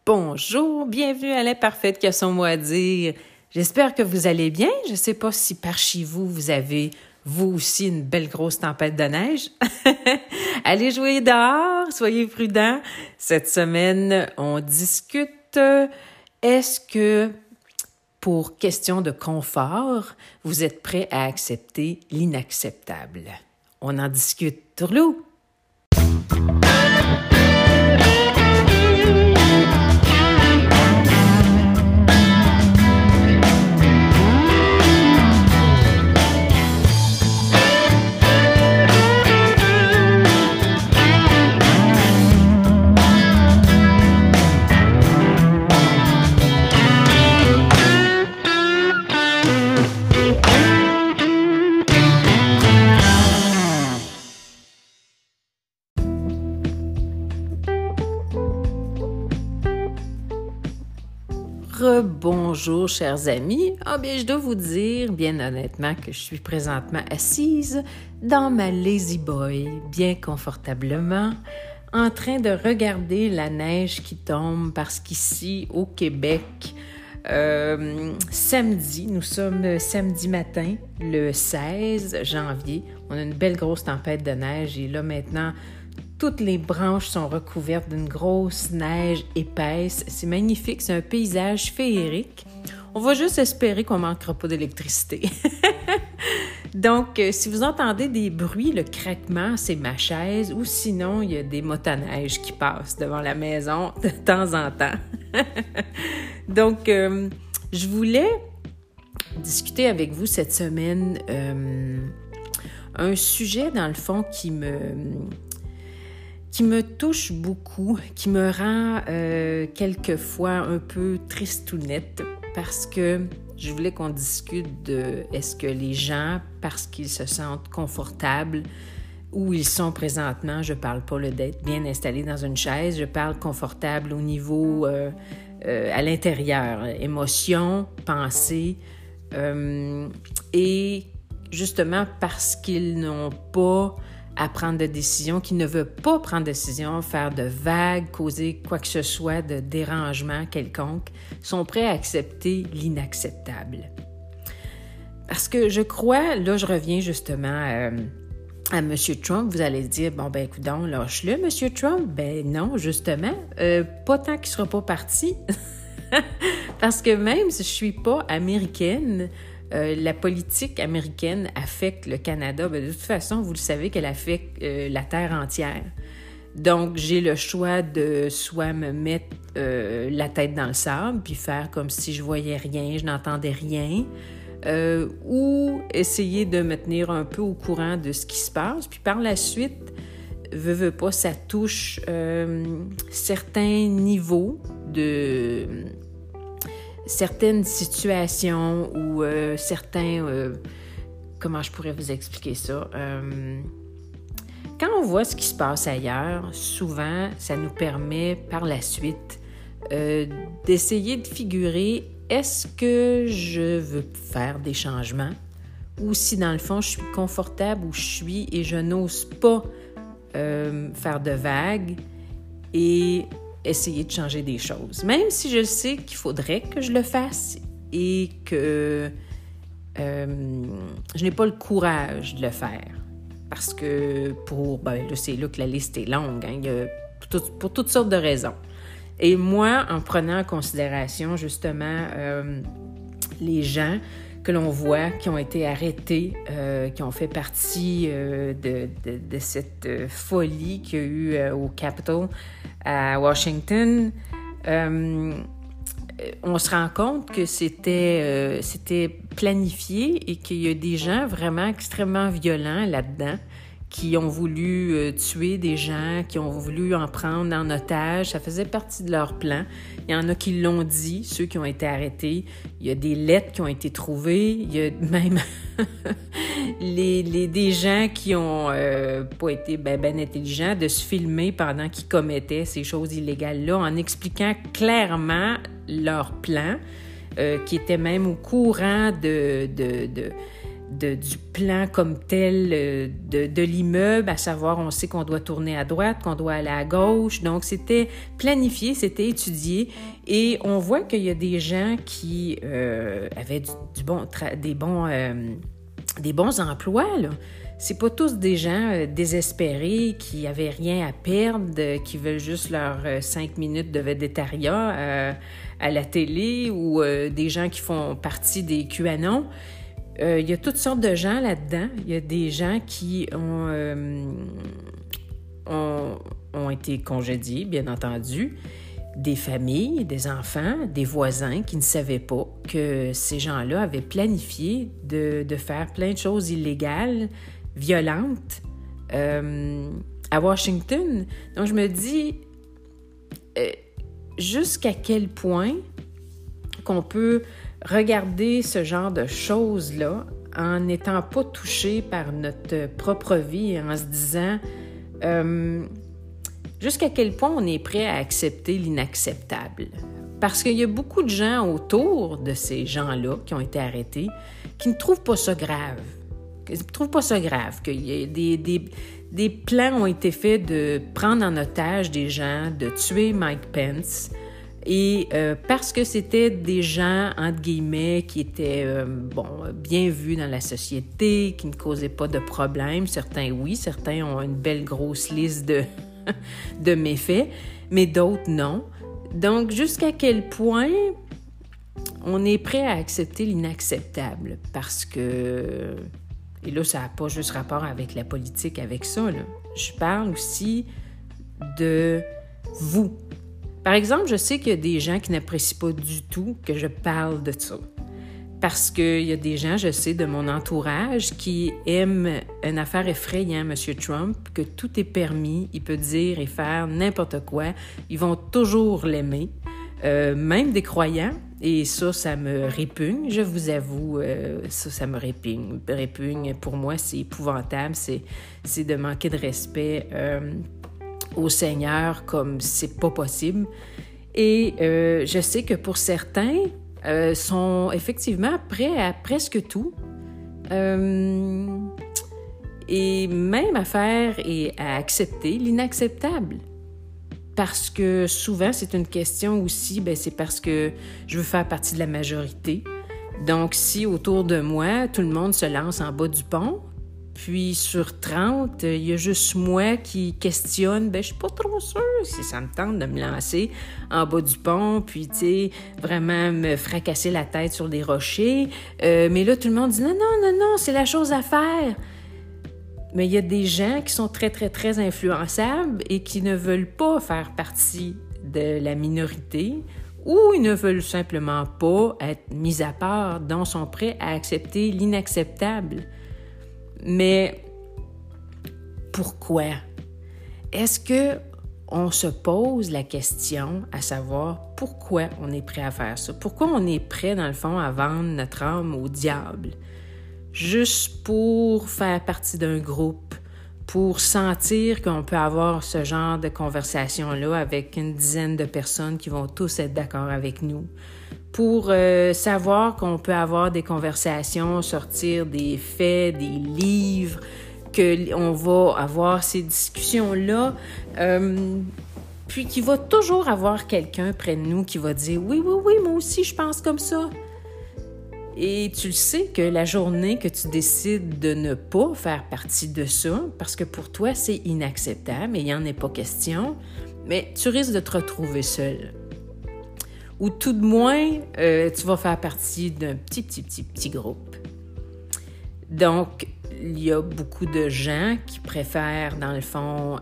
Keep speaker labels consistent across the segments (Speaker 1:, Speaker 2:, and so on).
Speaker 1: Bonjour, bienvenue à l'Imparfaite qui a son mot à dire. J'espère que vous allez bien. Je ne sais pas si par chez vous, vous avez, vous aussi, une belle grosse tempête de neige. Allez jouer dehors, soyez prudents. Cette semaine, on discute, est-ce que, pour question de confort, vous êtes prêt à accepter l'inacceptable? On en discute. Tourlou! Bonjour, chers amis. Bien, je dois vous dire, bien honnêtement, que je suis présentement assise dans ma Lazy Boy, bien confortablement, en train de regarder la neige qui tombe parce qu'ici, au Québec, samedi, nous sommes samedi matin, le 16 janvier, on a une belle grosse tempête de neige et là, maintenant, toutes les branches sont recouvertes d'une grosse neige épaisse. C'est magnifique, c'est un paysage féerique. On va juste espérer qu'on ne manquera pas d'électricité. Donc, si vous entendez des bruits, le craquement, c'est ma chaise, ou sinon, il y a des motoneiges qui passent devant la maison de temps en temps. Donc, je voulais discuter avec vous cette semaine un sujet, dans le fond, qui me touche beaucoup, qui me rend quelquefois un peu tristounette parce que je voulais qu'on discute de est-ce que les gens, parce qu'ils se sentent confortables où ils sont présentement, je parle pas d'être bien installé dans une chaise, je parle confortable au niveau à l'intérieur, émotions, pensées, et justement parce qu'ils n'ont pas à prendre de décision, qui ne veut pas prendre de décision, faire de vagues, causer quoi que ce soit de dérangement quelconque, sont prêts à accepter l'inacceptable. Parce que je crois, là je reviens justement à M. Trump, vous allez dire, écoute-donc, lâche-le, M. Trump. Non, justement, pas tant qu'il ne sera pas parti. Parce que même si je ne suis pas américaine, la politique américaine affecte le Canada. De toute façon, vous le savez qu'elle affecte la Terre entière. Donc, j'ai le choix de soit me mettre la tête dans le sable puis faire comme si je voyais rien, je n'entendais rien, ou essayer de me tenir un peu au courant de ce qui se passe. Puis par la suite, veux pas, ça touche certains niveaux de certaines situations ou certains... comment je pourrais vous expliquer ça? Quand on voit ce qui se passe ailleurs, souvent, ça nous permet par la suite d'essayer de figurer est-ce que je veux faire des changements ou si dans le fond, je suis confortable où je suis et je n'ose pas faire de vagues et essayer de changer des choses. Même si je sais qu'il faudrait que je le fasse et que je n'ai pas le courage de le faire. Parce que c'est là que la liste est longue, hein, pour toutes sortes de raisons. Et moi, en prenant en considération justement les gens que l'on voit qui ont été arrêtés, qui ont fait partie de cette folie qu'il y a eu au Capitol à Washington, on se rend compte que c'était planifié et qu'il y a des gens vraiment extrêmement violents là-dedans qui ont voulu tuer des gens, qui ont voulu en prendre en otage. Ça faisait partie de leur plan. Il y en a qui l'ont dit, ceux qui ont été arrêtés. Il y a des lettres qui ont été trouvées. Il y a même des gens qui ont pas été ben intelligents de se filmer pendant qu'ils commettaient ces choses illégales-là en expliquant clairement leur plan, qui était même au courant du plan comme tel de l'immeuble, à savoir, on sait qu'on doit tourner à droite, qu'on doit aller à gauche. Donc, c'était planifié, c'était étudié. Et on voit qu'il y a des gens qui avaient des bons emplois, là. C'est pas tous des gens désespérés qui avaient rien à perdre, qui veulent juste leurs 5 minutes de végétariat à la télé, ou des gens qui font partie des QAnon. Il y a toutes sortes de gens là-dedans. Il y a des gens qui ont été congédiés, bien entendu, des familles, des enfants, des voisins qui ne savaient pas que ces gens-là avaient planifié de faire plein de choses illégales, violentes à Washington. Donc, je me dis, jusqu'à quel point qu'on peut regarder ce genre de choses-là en n'étant pas touché par notre propre vie, en se disant jusqu'à quel point on est prêt à accepter l'inacceptable. Parce qu'il y a beaucoup de gens autour de ces gens-là qui ont été arrêtés qui ne trouvent pas ça grave. Ils ne trouvent pas ça grave, qu'il y ait des plans ont été faits de prendre en otage des gens, de tuer Mike Pence. Et parce que c'était des gens, entre guillemets, qui étaient bien vus dans la société, qui ne causaient pas de problèmes. Certains, oui, certains ont une belle grosse liste de méfaits, mais d'autres, non. Donc, jusqu'à quel point on est prêt à accepter l'inacceptable? Parce que, et là, ça n'a pas juste rapport avec la politique, avec ça, là. Je parle aussi de vous. Par exemple, je sais qu'il y a des gens qui n'apprécient pas du tout que je parle de ça. Parce qu'il y a des gens, je sais, de mon entourage qui aiment une affaire effrayante, M. Trump, que tout est permis, il peut dire et faire n'importe quoi. Ils vont toujours l'aimer, même des croyants. Et ça me répugne, je vous avoue, ça me répugne. Pour moi, c'est épouvantable, c'est de manquer de respect au Seigneur comme c'est pas possible. Et je sais que pour certains, sont effectivement prêts à presque tout. Et même à faire et à accepter l'inacceptable. Parce que souvent, c'est une question aussi, c'est parce que je veux faire partie de la majorité. Donc, si autour de moi, tout le monde se lance en bas du pont, puis sur 30, il y a juste moi qui questionne, je suis pas trop sûre si ça me tente de me lancer en bas du pont, puis tu sais, vraiment me fracasser la tête sur des rochers. Mais là, tout le monde dit non, c'est la chose à faire. Mais il y a des gens qui sont très, très, très influençables et qui ne veulent pas faire partie de la minorité, ou ils ne veulent simplement pas être mis à part, donc sont prêts à accepter l'inacceptable. Mais pourquoi? Est-ce qu'on se pose la question à savoir pourquoi on est prêt à faire ça? Pourquoi on est prêt, dans le fond, à vendre notre âme au diable? Juste pour faire partie d'un groupe, pour sentir qu'on peut avoir ce genre de conversation-là avec une dizaine de personnes qui vont tous être d'accord avec nous, pour savoir qu'on peut avoir des conversations, sortir des faits, des livres, qu'on va avoir ces discussions-là, puis qu'il va toujours avoir quelqu'un près de nous qui va dire « Oui, moi aussi, je pense comme ça ». Et tu le sais que la journée que tu décides de ne pas faire partie de ça, parce que pour toi, c'est inacceptable et il n'y en est pas question, mais tu risques de te retrouver seul. Ou tout de moins, tu vas faire partie d'un petit groupe. Donc, il y a beaucoup de gens qui préfèrent, dans le fond,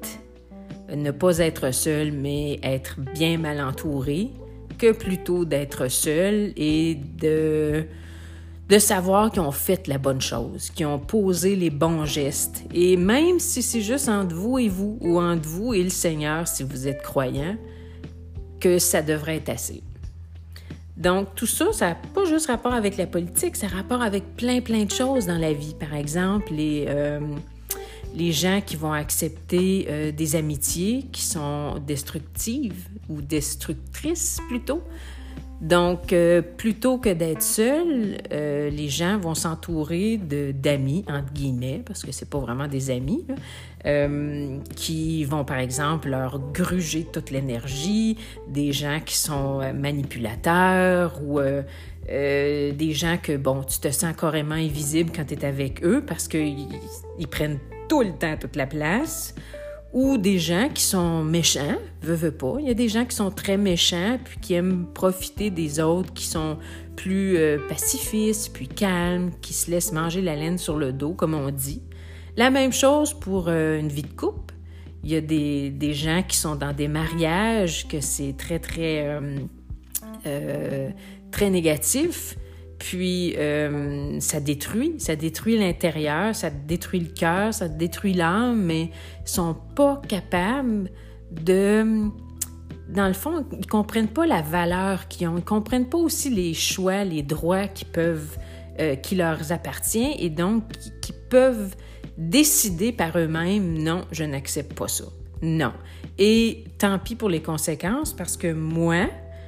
Speaker 1: ne pas être seul, mais être bien mal entouré, que plutôt d'être seul et de savoir qu'ils ont fait la bonne chose, qu'ils ont posé les bons gestes. Et même si c'est juste entre vous et vous, ou entre vous et le Seigneur, si vous êtes croyant, que ça devrait être assez. Donc, tout ça, ça n'a pas juste rapport avec la politique, ça a rapport avec plein de choses dans la vie. Par exemple, les gens qui vont accepter des amitiés qui sont destructives ou destructrices plutôt. Donc, plutôt que d'être seuls, les gens vont s'entourer d'amis, entre guillemets, parce que c'est pas vraiment des amis, là, qui vont, par exemple, leur gruger toute l'énergie, des gens qui sont manipulateurs ou des gens que, bon, tu te sens carrément invisible quand tu es avec eux parce qu'ils prennent tout le temps toute la place. Ou des gens qui sont méchants, veut pas. Il y a des gens qui sont très méchants puis qui aiment profiter des autres, qui sont plus pacifistes, puis calmes, qui se laissent manger la laine sur le dos, comme on dit. La même chose pour une vie de couple. Il y a des gens qui sont dans des mariages que c'est très, très, très négatif. Puis, ça détruit l'intérieur, ça détruit le cœur, ça détruit l'âme, mais ils sont pas capables de... Dans le fond, ils comprennent pas la valeur qu'ils ont, ils comprennent pas aussi les choix, les droits qui leur appartiennent et donc qui peuvent décider par eux-mêmes, non, je n'accepte pas ça, non. Et tant pis pour les conséquences parce que moi...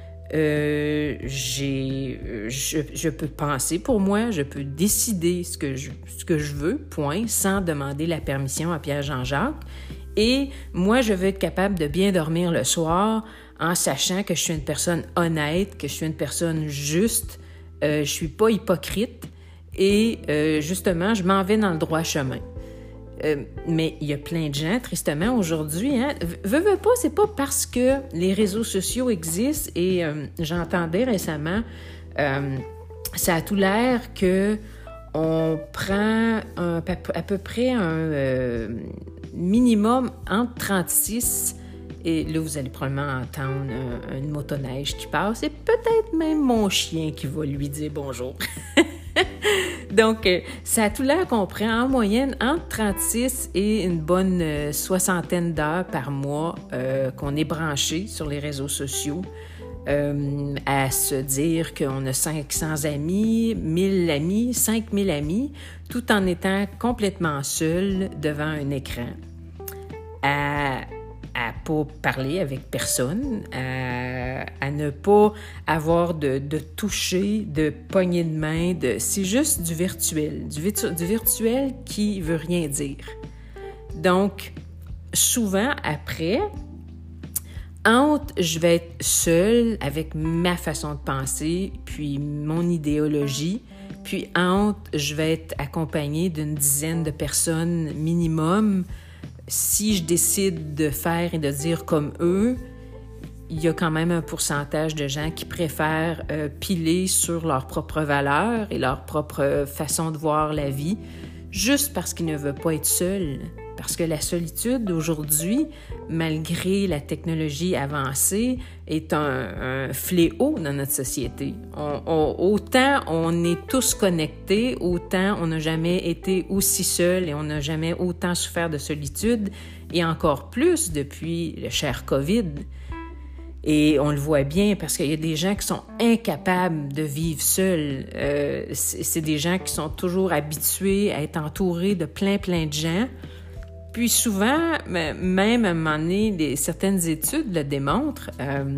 Speaker 1: je peux penser pour moi, je peux décider ce que je veux, point, sans demander la permission à Pierre-Jean-Jacques. Et moi, je veux être capable de bien dormir le soir en sachant que je suis une personne honnête, que je suis une personne juste, je suis pas hypocrite et justement, je m'en vais dans le droit chemin. Mais il y a plein de gens, tristement, aujourd'hui, veux pas, c'est pas parce que les réseaux sociaux existent et j'entendais récemment, ça a tout l'air que on prend à peu près un minimum entre 36 et là, vous allez probablement entendre une motoneige qui passe et peut-être même mon chien qui va lui dire bonjour. Donc, ça a tout l'air qu'on prend en moyenne entre 36 et une bonne soixantaine d'heures par mois qu'on est branché sur les réseaux sociaux à se dire qu'on a 500 amis, 1000 amis, 5000 amis, tout en étant complètement seul devant un écran, à pas parler avec personne, à ne pas avoir de toucher, de poignée de main, c'est juste du virtuel, du virtuel qui veut rien dire. Donc, souvent après, je vais être seule avec ma façon de penser, puis mon idéologie, puis je vais être accompagnée d'une dizaine de personnes minimum. Si je décide de faire et de dire comme eux, il y a quand même un pourcentage de gens qui préfèrent piler sur leurs propres valeurs et leur propre façon de voir la vie, juste parce qu'ils ne veulent pas être seuls. Parce que la solitude aujourd'hui, malgré la technologie avancée, est un fléau dans notre société. Autant on est tous connectés, autant on n'a jamais été aussi seul et on n'a jamais autant souffert de solitude, et encore plus depuis le cher COVID. Et on le voit bien parce qu'il y a des gens qui sont incapables de vivre seuls. C'est des gens qui sont toujours habitués à être entourés de plein de gens. Puis souvent, même à un moment donné, certaines études le démontrent,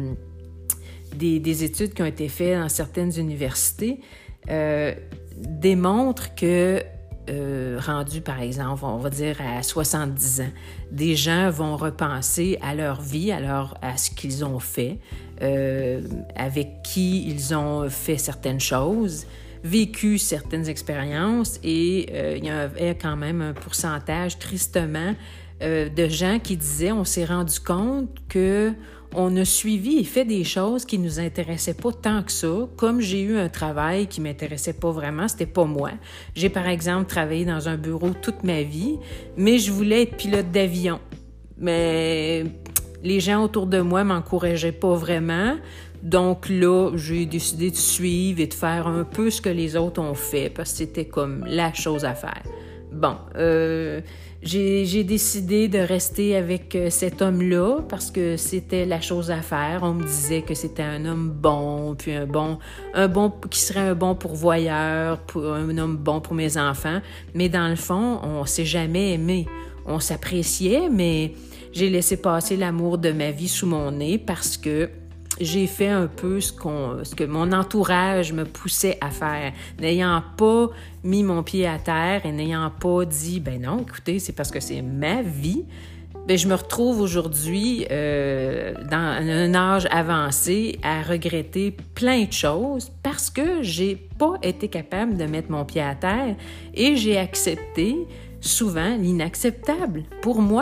Speaker 1: des études qui ont été faites dans certaines universités démontrent que, rendus par exemple, on va dire à 70 ans, des gens vont repenser à leur vie, à ce qu'ils ont fait, avec qui ils ont fait certaines choses, vécu certaines expériences et il y avait quand même un pourcentage, tristement, de gens qui disaient, on s'est rendu compte que on a suivi et fait des choses qui nous intéressaient pas tant que ça. Comme j'ai eu un travail qui m'intéressait pas vraiment, c'était pas moi. J'ai par exemple travaillé dans un bureau toute ma vie, mais je voulais être pilote d'avion. Mais les gens autour de moi m'encourageaient pas vraiment. Donc là, j'ai décidé de suivre et de faire un peu ce que les autres ont fait parce que c'était comme la chose à faire. Bon, j'ai décidé de rester avec cet homme-là parce que c'était la chose à faire. On me disait que c'était un homme bon, puis un bon qui serait un bon pourvoyeur, un homme bon pour mes enfants. Mais dans le fond, on s'est jamais aimé. on s'appréciait, mais j'ai laissé passer l'amour de ma vie sous mon nez parce que j'ai fait un peu ce que mon entourage me poussait à faire, n'ayant pas mis mon pied à terre et n'ayant pas dit « ben non, écoutez, c'est parce que c'est ma vie ». Ben, je me retrouve aujourd'hui, dans un âge avancé, à regretter plein de choses parce que j'ai pas été capable de mettre mon pied à terre et j'ai accepté souvent l'inacceptable pour moi.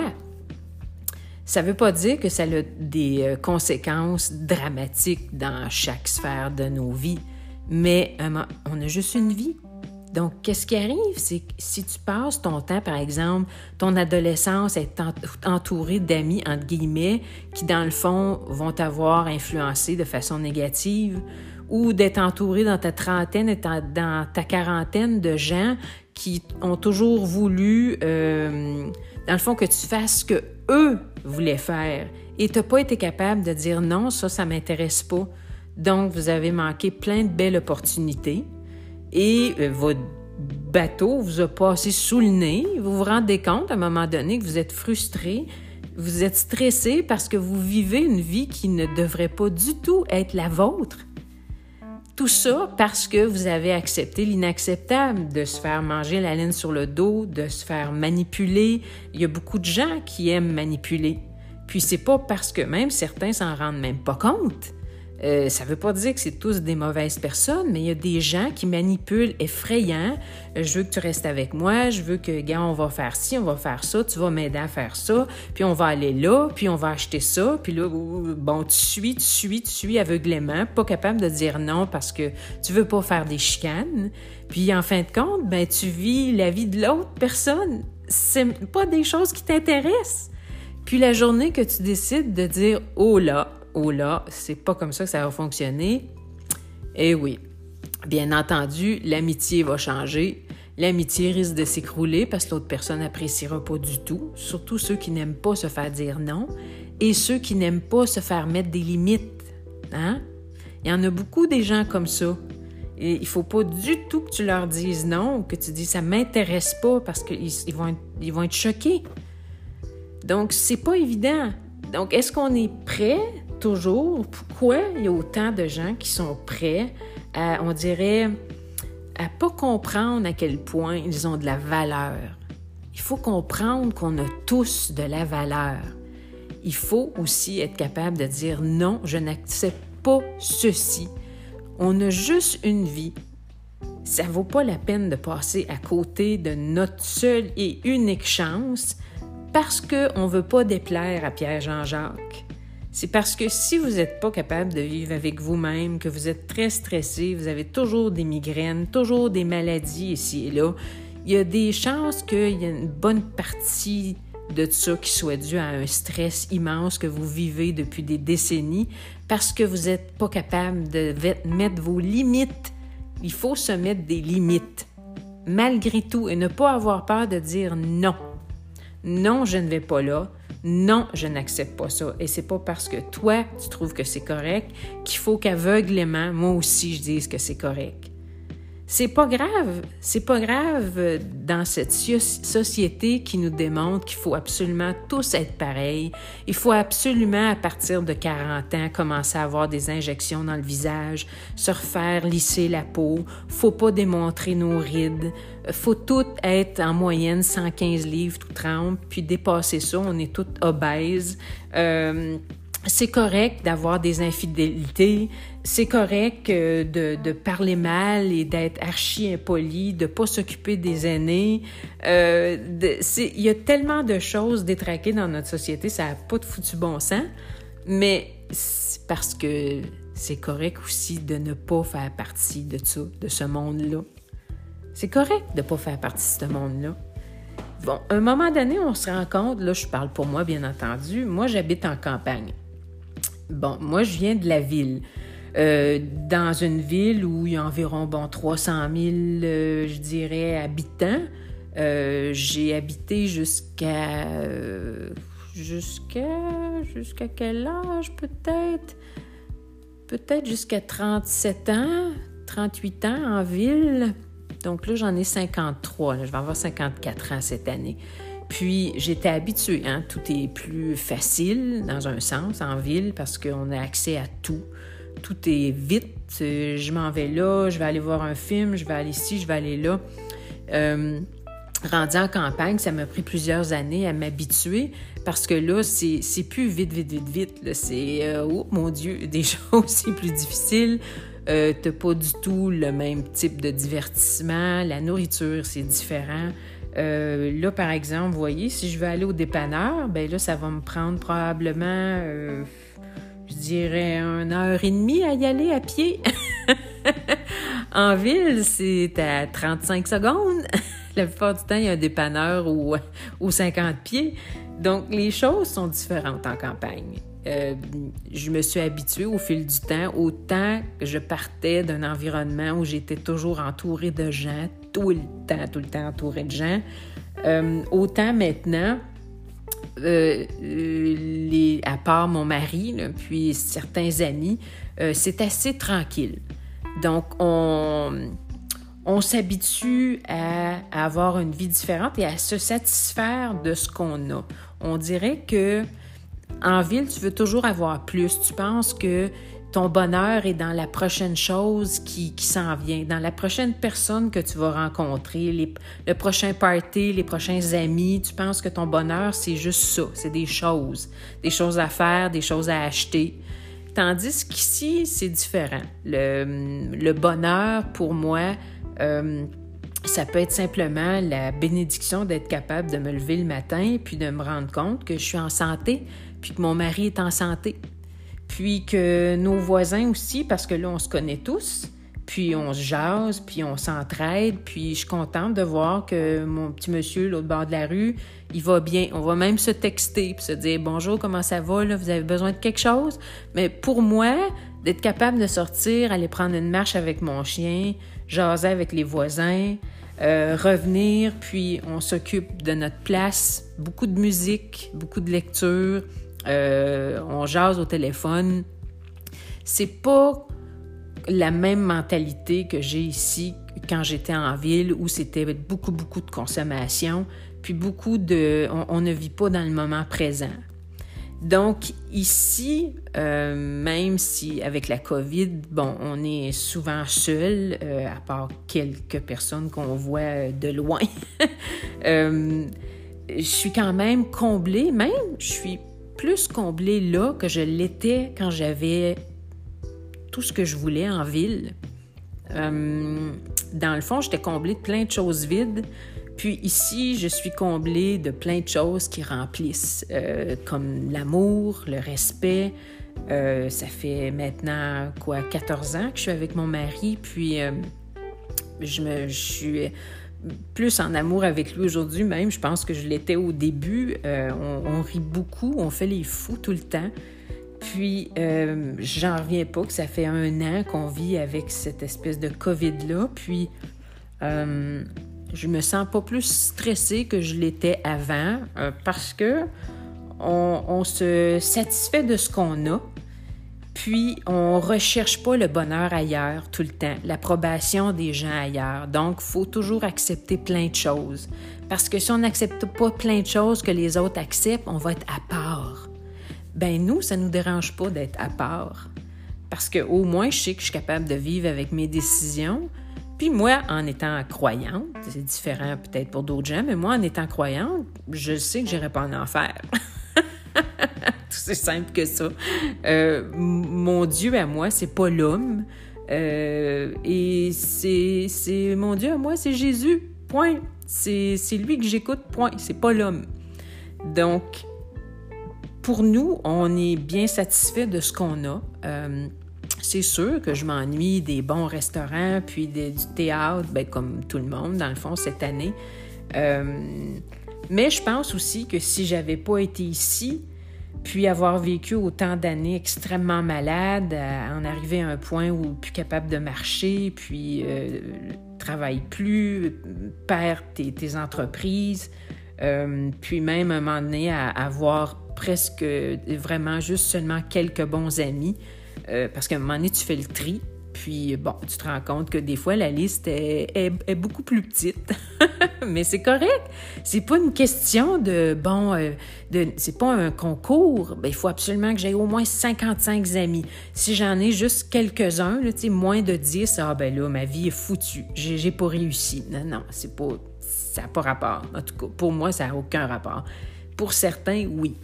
Speaker 1: Ça veut pas dire que ça a des conséquences dramatiques dans chaque sphère de nos vies, mais on a juste une vie. Donc, qu'est-ce qui arrive? C'est que si tu passes ton temps, par exemple, ton adolescence, être entouré d'amis, entre guillemets, qui, dans le fond, vont t'avoir influencé de façon négative, ou d'être entouré dans ta trentaine et dans ta quarantaine de gens qui ont toujours voulu, dans le fond, que tu fasses ce qu'eux voulaient faire. Et tu n'as pas été capable de dire non, ça m'intéresse pas. Donc, vous avez manqué plein de belles opportunités. Et votre bateau vous a passé sous le nez. Vous vous rendez compte à un moment donné que vous êtes frustré, vous êtes stressé parce que vous vivez une vie qui ne devrait pas du tout être la vôtre. Tout ça parce que vous avez accepté l'inacceptable, de se faire manger la laine sur le dos, de se faire manipuler. Il y a beaucoup de gens qui aiment manipuler. Puis c'est pas parce que même certains s'en rendent même pas compte. Ça veut pas dire que c'est tous des mauvaises personnes, mais il y a des gens qui manipulent effrayant. Je veux que tu restes avec moi, je veux que, gars, on va faire ci, on va faire ça, tu vas m'aider à faire ça, puis on va aller là, puis on va acheter ça, puis là, bon, tu suis aveuglément, pas capable de dire non parce que tu veux pas faire des chicanes. Puis en fin de compte, ben tu vis la vie de l'autre personne. C'est pas des choses qui t'intéressent. Puis la journée que tu décides de dire « oh là, c'est pas comme ça que ça va fonctionner », eh oui, bien entendu, l'amitié va changer. L'amitié risque de s'écrouler parce que l'autre personne n'appréciera pas du tout, surtout ceux qui n'aiment pas se faire dire non et ceux qui n'aiment pas se faire mettre des limites. Hein? Il y en a beaucoup des gens comme ça. Et il faut pas du tout que tu leur dises non ou que tu dis « ça m'intéresse pas » parce qu'ils vont être choqués. Donc, c'est pas évident. Donc, est-ce qu'on est prêt toujours? Pourquoi il y a autant de gens qui sont prêts à, on dirait, à pas comprendre à quel point ils ont de la valeur? Il faut comprendre qu'on a tous de la valeur. Il faut aussi être capable de dire non, je n'accepte pas ceci. On a juste une vie. Ça vaut pas la peine de passer à côté de notre seule et unique chance parce qu'on ne veut pas déplaire à Pierre-Jean-Jacques. C'est parce que si vous n'êtes pas capable de vivre avec vous-même, que vous êtes très stressé, vous avez toujours des migraines, toujours des maladies ici et là, il y a des chances qu'il y ait une bonne partie de ça qui soit due à un stress immense que vous vivez depuis des décennies parce que vous n'êtes pas capable de mettre vos limites. Il faut se mettre des limites, malgré tout, et ne pas avoir peur de dire non. Non, je ne vais pas là. Non, je n'accepte pas ça. Et c'est pas parce que toi, tu trouves que c'est correct qu'il faut qu'aveuglément, moi aussi, je dise que c'est correct. C'est pas grave dans cette société qui nous démontre qu'il faut absolument tous être pareils. Il faut absolument, à partir de 40 ans, commencer à avoir des injections dans le visage, se refaire lisser la peau, faut pas démontrer nos rides, faut tout être en moyenne 115 livres, tout trempe, puis dépasser ça, on est tous obèses. C'est correct d'avoir des infidélités, c'est correct de parler mal et d'être archi-impoli, de ne pas s'occuper des aînés. Il y a tellement de choses détraquées dans notre société, ça n'a pas de foutu bon sens, mais c'est parce que c'est correct aussi de ne pas faire partie de ça, de ce monde-là. C'est correct de ne pas faire partie de ce monde-là. Bon, à un moment donné, on se rend compte, là je parle pour moi bien entendu, moi j'habite en campagne. Bon, moi, je viens de la ville. Dans une ville où il y a environ 300 000, je dirais, habitants. J'ai habité jusqu'à quel âge, peut-être? Peut-être jusqu'à 37 ans, 38 ans en ville. Donc là, j'en ai 53. Là, je vais avoir 54 ans cette année. Puis, j'étais habituée, hein? Tout est plus facile, dans un sens, en ville, parce qu'on a accès à tout. Tout est vite. Je m'en vais là, je vais aller voir un film, je vais aller ici, je vais aller là. Rendue en campagne, ça m'a pris plusieurs années à m'habituer parce que là, c'est plus vite. Là. C'est, oh mon Dieu, des choses, c'est plus difficile. T'as pas du tout le même type de divertissement. La nourriture, c'est différent. Là, par exemple, vous voyez, si je veux aller au dépanneur, ben là, ça va me prendre probablement, je dirais, 1h30 à y aller à pied. En ville, c'est à 35 secondes. La plupart du temps, il y a un dépanneur aux 50 pieds. Donc, les choses sont différentes en campagne. Je me suis habituée au fil du temps, autant que je partais d'un environnement où j'étais toujours entourée de gens, tout le temps entourée de gens. Autant maintenant, à part mon mari, là, puis certains amis, c'est assez tranquille. Donc, on s'habitue à avoir une vie différente et à se satisfaire de ce qu'on a. On dirait que en ville, tu veux toujours avoir plus. Tu penses que ton bonheur est dans la prochaine chose qui s'en vient, dans la prochaine personne que tu vas rencontrer, le prochain party, les prochains amis. Tu penses que ton bonheur, c'est juste ça. C'est des choses à faire, des choses à acheter. Tandis qu'ici, c'est différent. Le bonheur, pour moi, ça peut être simplement la bénédiction d'être capable de me lever le matin puis de me rendre compte que je suis en santé puis que mon mari est en santé. Puis que nos voisins aussi, parce que là, on se connaît tous, puis on se jase, puis on s'entraide, puis je suis contente de voir que mon petit monsieur, l'autre bord de la rue, il va bien. On va même se texter puis se dire « Bonjour, comment ça va? Là, vous avez besoin de quelque chose? » Mais pour moi, d'être capable de sortir, aller prendre une marche avec mon chien, jaser avec les voisins, revenir, puis on s'occupe de notre place, beaucoup de musique, beaucoup de lecture, on jase au téléphone. C'est pas la même mentalité que j'ai ici quand j'étais en ville où c'était beaucoup de consommation, puis on ne vit pas dans le moment présent. Donc ici, même si avec la COVID, on est souvent seul, à part quelques personnes qu'on voit de loin, je suis quand même comblée, je suis plus comblée là que je l'étais quand j'avais tout ce que je voulais en ville. Dans le fond, j'étais comblée de plein de choses vides. Puis ici, je suis comblée de plein de choses qui remplissent, comme l'amour, le respect. Ça fait maintenant, 14 ans que je suis avec mon mari, puis je suis plus en amour avec lui aujourd'hui même. Je pense que je l'étais au début. On rit beaucoup, on fait les fous tout le temps. Puis, j'en reviens pas que ça fait 1 an qu'on vit avec cette espèce de COVID-là. Puis, je me sens pas plus stressée que je l'étais avant parce que on se satisfait de ce qu'on a. Puis, on recherche pas le bonheur ailleurs tout le temps, l'approbation des gens ailleurs. Donc, il faut toujours accepter plein de choses. Parce que si on n'accepte pas plein de choses que les autres acceptent, on va être à part. Nous, ça nous dérange pas d'être à part. Parce qu'au moins, je sais que je suis capable de vivre avec mes décisions. Puis moi, en étant croyante, c'est différent peut-être pour d'autres gens, mais moi, en étant croyante, je sais que j'irai pas en enfer. C'est simple que ça. Mon Dieu à moi, c'est pas l'homme. Et c'est mon Dieu à moi, c'est Jésus. Point. C'est lui que j'écoute. Point. C'est pas l'homme. Donc, pour nous, on est bien satisfait de ce qu'on a. C'est sûr que je m'ennuie des bons restaurants puis du théâtre, comme tout le monde, dans le fond, cette année. Mais je pense aussi que si j'avais pas été ici, puis avoir vécu autant d'années extrêmement malade, en arriver à un point où plus capable de marcher, puis travaille plus, perd tes entreprises, puis même à un moment donné à avoir presque vraiment juste seulement quelques bons amis, parce qu'à un moment donné, tu fais le tri, Puis, bon, tu te rends compte que des fois, la liste est beaucoup plus petite. Mais c'est correct. C'est pas une question c'est pas un concours. Ben, il faut absolument que j'aie au moins 55 amis. Si j'en ai juste quelques-uns, là, moins de 10, ma vie est foutue. J'ai pas réussi. Non, ça n'a pas rapport. En tout cas, pour moi, ça n'a aucun rapport. Pour certains, oui.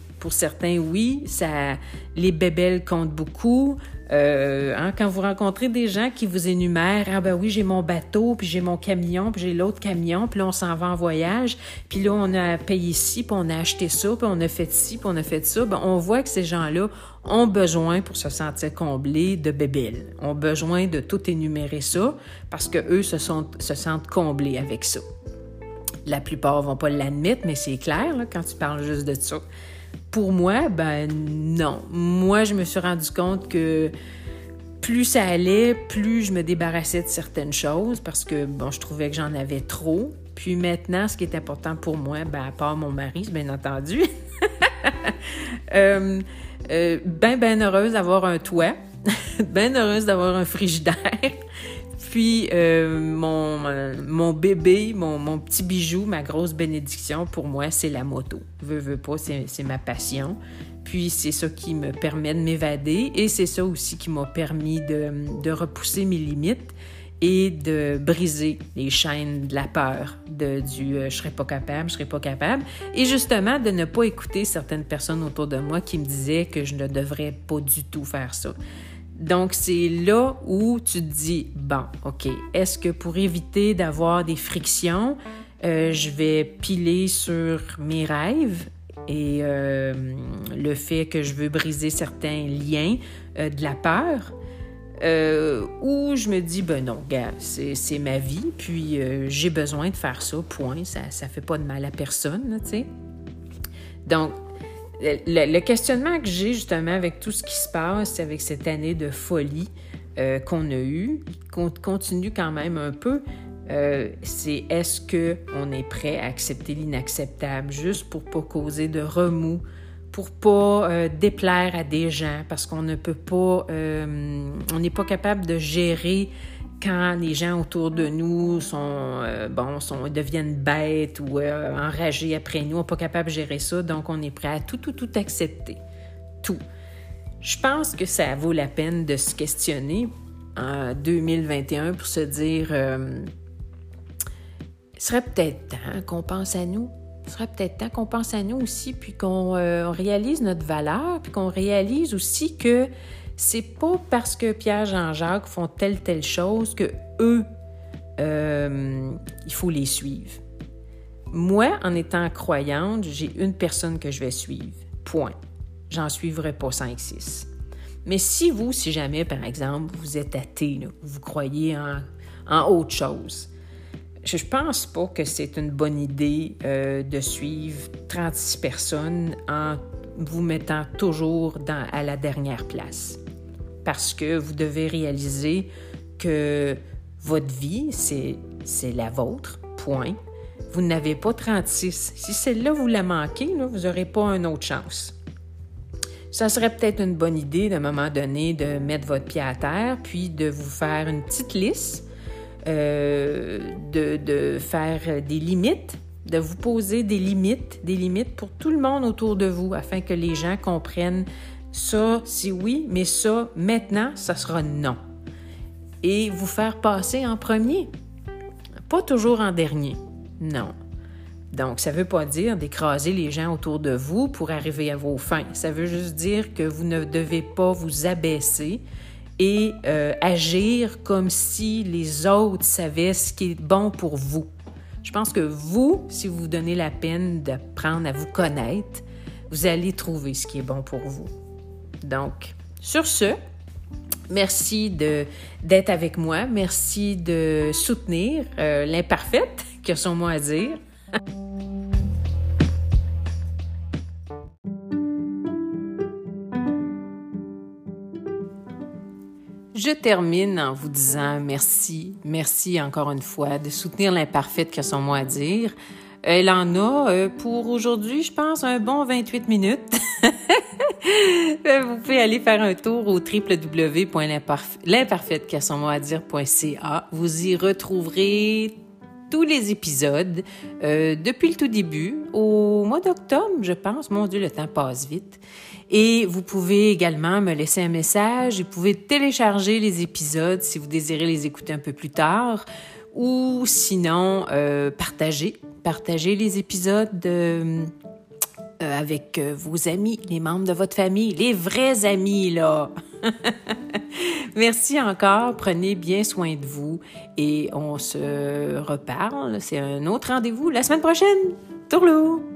Speaker 1: Les bébelles comptent beaucoup. Quand vous rencontrez des gens qui vous énumèrent, oui, j'ai mon bateau, puis j'ai mon camion, puis j'ai l'autre camion, puis là, on s'en va en voyage, puis là, on a payé ci, puis on a acheté ça, puis on a fait ci, puis on a fait ça. On voit que ces gens-là ont besoin, pour se sentir comblés, de bébelles. Ont besoin de tout énumérer ça, parce qu'eux se sentent comblés avec ça. La plupart vont pas l'admettre, mais c'est clair là, quand tu parles juste de ça. Pour moi, non. Moi, je me suis rendu compte que plus ça allait, plus je me débarrassais de certaines choses parce que, je trouvais que j'en avais trop. Puis maintenant, ce qui est important pour moi, à part mon mari, bien entendu, bien heureuse d'avoir un toit, bien heureuse d'avoir un frigidaire. Puis, mon bébé, mon petit bijou, ma grosse bénédiction, pour moi, c'est la moto. Veux pas, c'est ma passion. Puis, c'est ça qui me permet de m'évader et c'est ça aussi qui m'a permis de repousser mes limites et de briser les chaînes de la peur, je serais pas capable. Et justement, de ne pas écouter certaines personnes autour de moi qui me disaient que je ne devrais pas du tout faire ça. Donc, c'est là où tu te dis, OK, est-ce que pour éviter d'avoir des frictions, je vais piler sur mes rêves et le fait que je veux briser certains liens de la peur, ou je me dis, non, gars, c'est ma vie, puis j'ai besoin de faire ça, point, ça fait pas de mal à personne, tu sais. Donc, le questionnement que j'ai justement avec tout ce qui se passe, avec cette année de folie qu'on a eue, qu'on continue quand même un peu, c'est est-ce qu'on est prêt à accepter l'inacceptable juste pour pas causer de remous, pour pas déplaire à des gens, parce qu'on ne peut pas, on n'est pas capable de gérer quand les gens autour de nous deviennent bêtes ou enragés après nous, on n'est pas capable de gérer ça, donc on est prêt à tout accepter. Tout. Je pense que ça vaut la peine de se questionner en 2021 pour se dire il serait peut-être temps qu'on pense à nous. Il serait peut-être temps qu'on pense à nous aussi, puis qu'on réalise notre valeur, puis qu'on réalise aussi que c'est pas parce que Pierre Jean-Jacques font telle chose que eux, il faut les suivre. Moi, en étant croyante, j'ai une personne que je vais suivre. Point. J'en suivrai pas 5-6. Mais si jamais, par exemple, vous êtes athée, là, vous croyez en autre chose, je pense pas que c'est une bonne idée de suivre 36 personnes en vous mettant toujours à la dernière place. Parce que vous devez réaliser que votre vie, c'est la vôtre, point. Vous n'avez pas 36. Si celle-là, vous la manquez, là, vous n'aurez pas une autre chance. Ça serait peut-être une bonne idée, d'un moment donné, de mettre votre pied à terre, puis de vous faire une petite liste, de faire des limites, de vous poser des limites pour tout le monde autour de vous, afin que les gens comprennent ça, c'est oui, mais ça, maintenant, ça sera non. Et vous faire passer en premier, pas toujours en dernier, non. Donc, ça ne veut pas dire d'écraser les gens autour de vous pour arriver à vos fins. Ça veut juste dire que vous ne devez pas vous abaisser et agir comme si les autres savaient ce qui est bon pour vous. Je pense que vous, si vous vous donnez la peine d'apprendre à vous connaître, vous allez trouver ce qui est bon pour vous. Donc, sur ce, merci d'être avec moi. Merci de soutenir l'imparfaite qui a son mot à dire. Je termine en vous disant merci. Merci encore une fois de soutenir l'imparfaite qui a son mot à dire. Elle en a pour aujourd'hui, je pense, un bon 28 minutes. Vous pouvez aller faire un tour au www.l'imparfaite.ca. Vous y retrouverez tous les épisodes depuis le tout début, au mois d'octobre, je pense. Mon Dieu, le temps passe vite. Et vous pouvez également me laisser un message. Vous pouvez télécharger les épisodes si vous désirez les écouter un peu plus tard. Ou sinon, partager les épisodes avec vos amis, les membres de votre famille, les vrais amis, là. Merci encore, prenez bien soin de vous et on se reparle. C'est un autre rendez-vous la semaine prochaine. Tourlou!